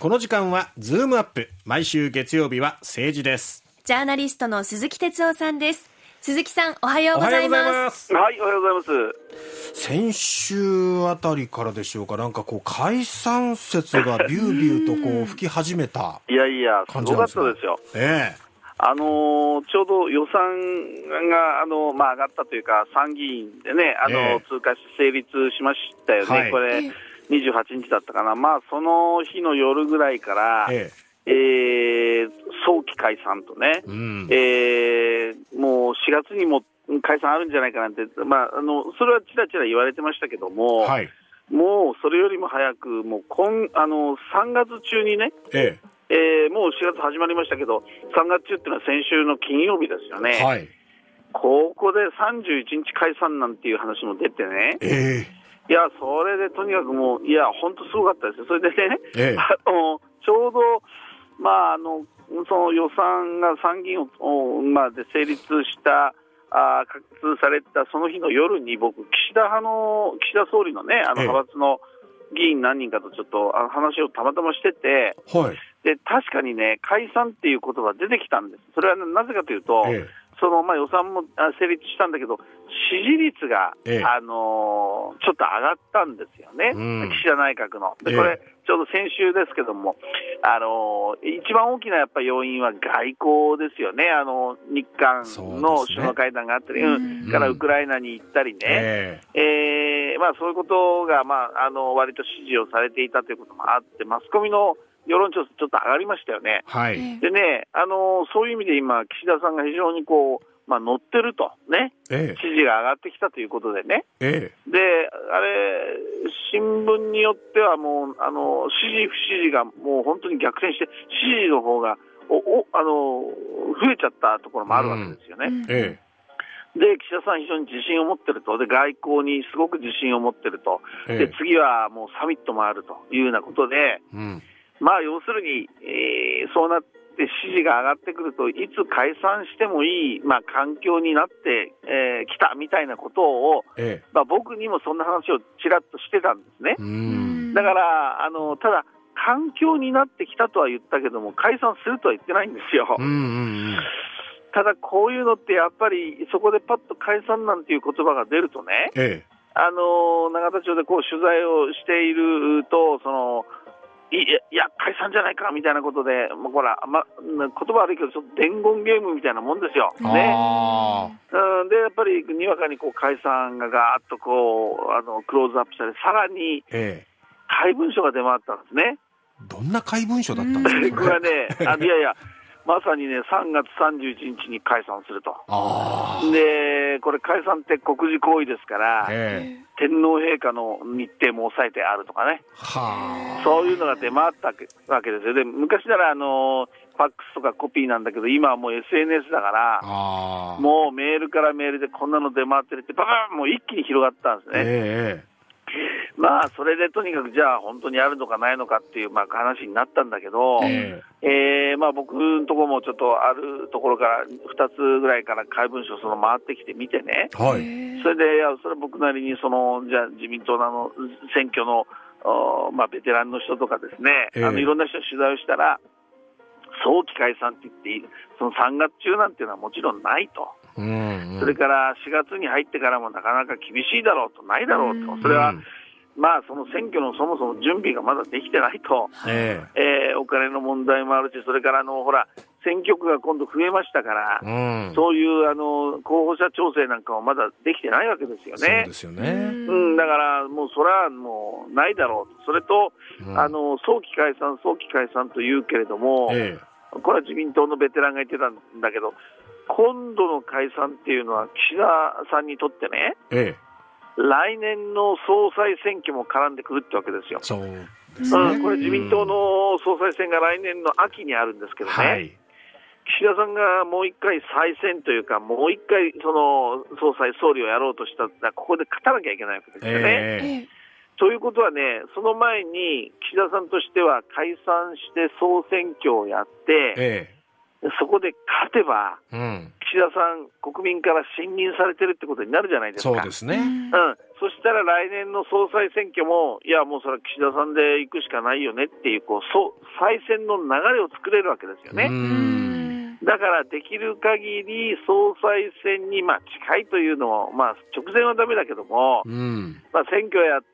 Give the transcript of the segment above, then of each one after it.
この時間はズームアップ。毎週月曜日は政治です。 ジャーナリストの鈴木哲夫さんです。鈴木さん、おはようございます。 はい、おはようございます。 先週あたりからでしょうか、なんかこう解散説がビュービューとこう吹き始めたいやいや、すごかったですよ。ちょうど予算が上がったというか、参議院でね、通過し成立しましたよね、はい、これ、28日だったかな、その日の夜ぐらいから、早期解散とね、もう4月にも解散あるんじゃないかなんて、それはちらちら言われてましたけども、はい、もうそれよりも早く、もう3月中にね、もう4月始まりましたけど、3月中っていうのは先週の金曜日ですよね、はい、ここで31日解散なんていう話も出てね、いや、それでとにかくもう、いや、本当すごかったですよ。それでね、ちょうど、その予算が参議院で成立した可決されたその日の夜に僕、岸田総理のね、派閥の議員何人かとちょっと話をたまたましてて、で確かにね、解散っていう言葉出てきたんです。それはなぜかというと、その予算も成立したんだけど、支持率が、ちょっと上がったんですよね、岸田内閣の。でこれちょうど先週ですけども、一番大きなやっぱり要因は外交ですよね。日韓の首脳会談があったり、からウクライナに行ったりね、そういうことが、割と支持をされていたということもあって、マスコミの世論調査ちょっと上がりましたよね。でね、そういう意味で今、岸田さんが非常にこう、乗ってるとね、支持が上がってきたということでね、で、新聞によってはもう、支持、不支持がもう本当に逆転して、支持の方が増えちゃったところもあるわけですよね。で、岸田さん非常に自信を持ってると、で、外交にすごく自信を持ってると、で、次はもうサミットもあるというようなことで、要するに、そうなって支持が上がってくると、いつ解散してもいい、環境になってきたみたいなことを、僕にもそんな話をちらっとしてたんですね。だからただ、環境になってきたとは言ったけども、解散するとは言ってないんですよ。ただ、こういうのってやっぱり、そこでパッと解散なんていう言葉が出るとね、永田町でこう取材をしていると、いや解散じゃないかみたいなことで、もうほら、言葉悪いけど、ちょっと伝言ゲームみたいなもんですよ、ね。で、やっぱりにわかにこう解散がガーッとこうクローズアップされ、さらに怪文書が出回ったんですね。 どんな怪文書だったんですか。 これはね、いやいや、まさにね、3月31日に解散すると。で、これ解散って国事行為ですから、天皇陛下の日程も抑えてあるとかね、そういうのが出回ったわけですよ。で、昔ならファックスとかコピーなんだけど、今はもう SNS だから、もうメールからメールでこんなの出回ってるって、ババーンもう一気に広がったんですね。それでとにかくじゃあ本当にあるのかないのかっていう話になったんだけど、僕のところもちょっとあるところから2つぐらいから怪文書回ってきてみてね、それでそれ僕なりにじゃあ自民党の選挙のベテランの人とかですね、いろんな人取材をしたら、早期解散って言ってその3月中なんていうのはもちろんないと。それから4月に入ってからもなかなか厳しいだろうと、ないだろうと、それはその選挙のそもそも準備がまだできてないと、お金の問題もあるし、それからほら選挙区が今度増えましたから、そういう候補者調整なんかもまだできてないわけですよね。 そうですよね。 だからもうそれはもうないだろうと。それと、早期解散というけれども、これは自民党のベテランが言ってたんだけど、今度の解散っていうのは岸田さんにとってね、来年の総裁選挙も絡んでくるってわけですよ。これ自民党の総裁選が来年の秋にあるんですけどね、岸田さんがもう一回再選というか、もう一回総理をやろうとしたら、ここで勝たなきゃいけないわけですよね。ということはね、その前に岸田さんとしては解散して総選挙をやって、そこで勝てば、岸岸田さん、国民から信任されてるってことになるじゃないですか。 そうですね。 そしたら来年の総裁選挙も、いや、もうそれは岸田さんで行くしかないよねっていう、再選の流れを作れるわけですよね。だからできる限り総裁選に近いというのも、直前はダメだけども、選挙やって、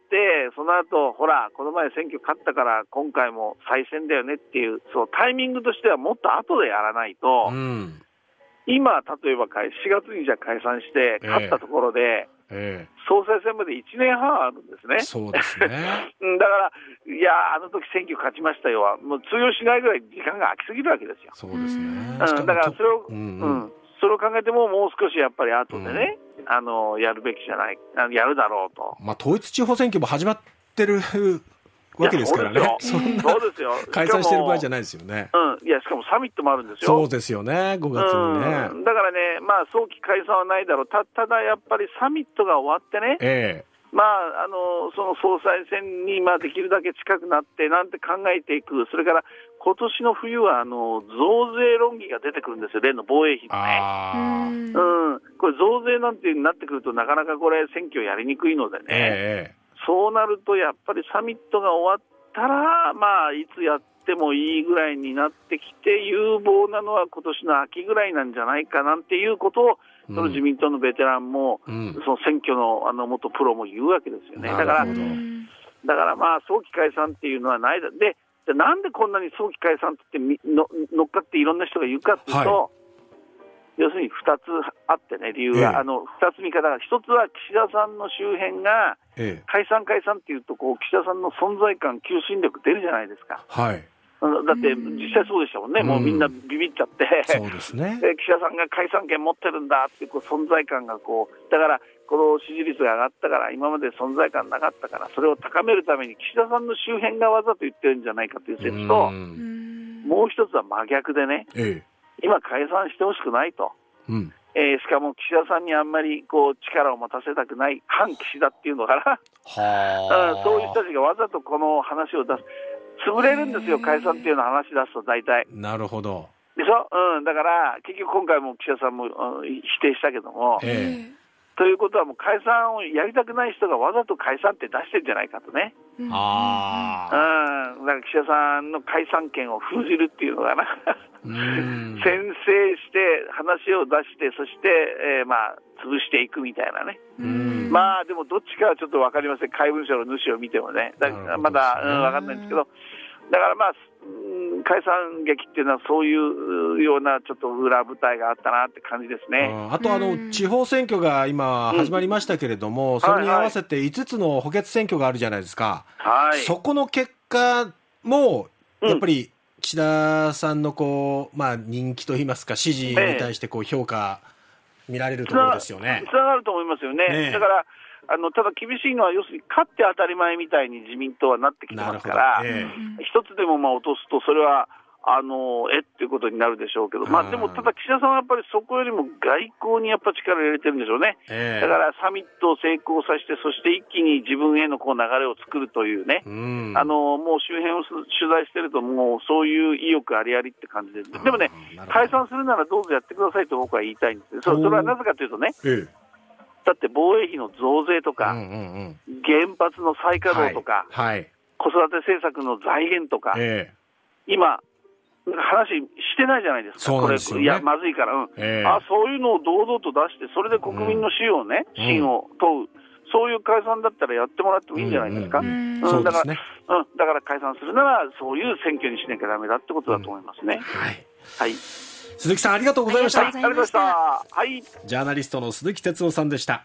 その後ほら、この前選挙勝ったから今回も再選だよねっていう、そのタイミングとしてはもっと後でやらないと、今、例えば4月にじゃ解散して勝ったところで、総裁選まで1年半あるんですね。 そうですね。 だから、いや、あの時選挙勝ちましたよは、もう通用しないぐらい時間が空きすぎるわけですよ。 そうですね。 だからそれを、それを考えても、もう少しやっぱり後でね、やるべきじゃない、やるだろうと。 統一地方選挙も始まってるわけですからね。 そうですよ。 解散してる場合じゃないですよね。 いや、しかもサミットもあるんですよ。 そうですよね、5月にね。 だからね、早期解散はないだろう。ただやっぱりサミットが終わってね、その総裁選にできるだけ近くなってなんて考えていく。それから今年の冬は増税論議が出てくるんですよ、例の防衛費のね。これ増税なんてなってくるとなかなかこれ選挙やりにくいのでね、そうなるとやっぱりサミットが終わったら、いつやってもいいぐらいになってきて、有望なのは今年の秋ぐらいなんじゃないかなんていうことを、その自民党のベテランも、その選挙の元プロも言うわけですよね。だから早期解散っていうのはないだ。で、なんでこんなに早期解散って乗っかっていろんな人が言うかっていうと、要するに2つあってね、理由が、2つ見方が、1つは岸田さんの周辺が、解散っていうと岸田さんの存在感、求心力出るじゃないですか。だって実際そうでしたもんね、もうみんなビビっちゃって、 そうですね、 岸田さんが解散権持ってるんだっていう存在感がだからこの支持率が上がったから、今まで存在感なかったから、それを高めるために岸田さんの周辺がわざと言ってるんじゃないかという説と、もう一つは真逆でね、今解散してほしくないと。しかも岸田さんにあんまり力を持たせたくない反岸田っていうのかなそういう人たちがわざとこの話を出す。潰れるんですよ、解散っていうの話し出すと大体。 なるほど。 でしょ、だから結局今回も岸田さんも否定したけども、ということはもう解散をやりたくない人がわざと解散って出してるんじゃないかとね。だから岸田さんの解散権を封じるっていうのかな先制して話を出して、そして潰していくみたいなね。でもどっちかはちょっと分かりません、怪文書の主を見てもね、まだ分かんないんですけど、だから解散劇っていうのはそういうようなちょっと裏舞台があったなって感じですね。 あと地方選挙が今始まりましたけれども、それに合わせて5つの補欠選挙があるじゃないですか。そこの結果もやっぱり岸田さんの人気といいますか支持に対して評価見られるところですよね。 つながると思いますよね。だからただ厳しいのは、要するに勝って当たり前みたいに自民党はなってきてますから、一つでも落とすと、それはっていうことになるでしょうけど、でもただ岸田さんはやっぱりそこよりも外交にやっぱ力を入れてるんでしょうね。だからサミットを成功させて、そして一気に自分への流れを作るというね、もう周辺を取材してると、もうそういう意欲ありありって感じです。でもね、解散するならどうぞやってくださいと僕は言いたいんですよ。それはなぜかというとね、だって防衛費の増税とか、原発の再稼働とか、子育て政策の財源とか、今、話してないじゃないですか、これ、いや、まずいから、そういうのを堂々と出して、それで国民の信を問う、そういう解散だったらやってもらってもいいんじゃないですか。だから解散するなら、そういう選挙にしなきゃだめだってことだと思いますね。 鈴木さん、ありがとうございました。 ありがとうございました。 ジャーナリストの鈴木哲夫さんでした。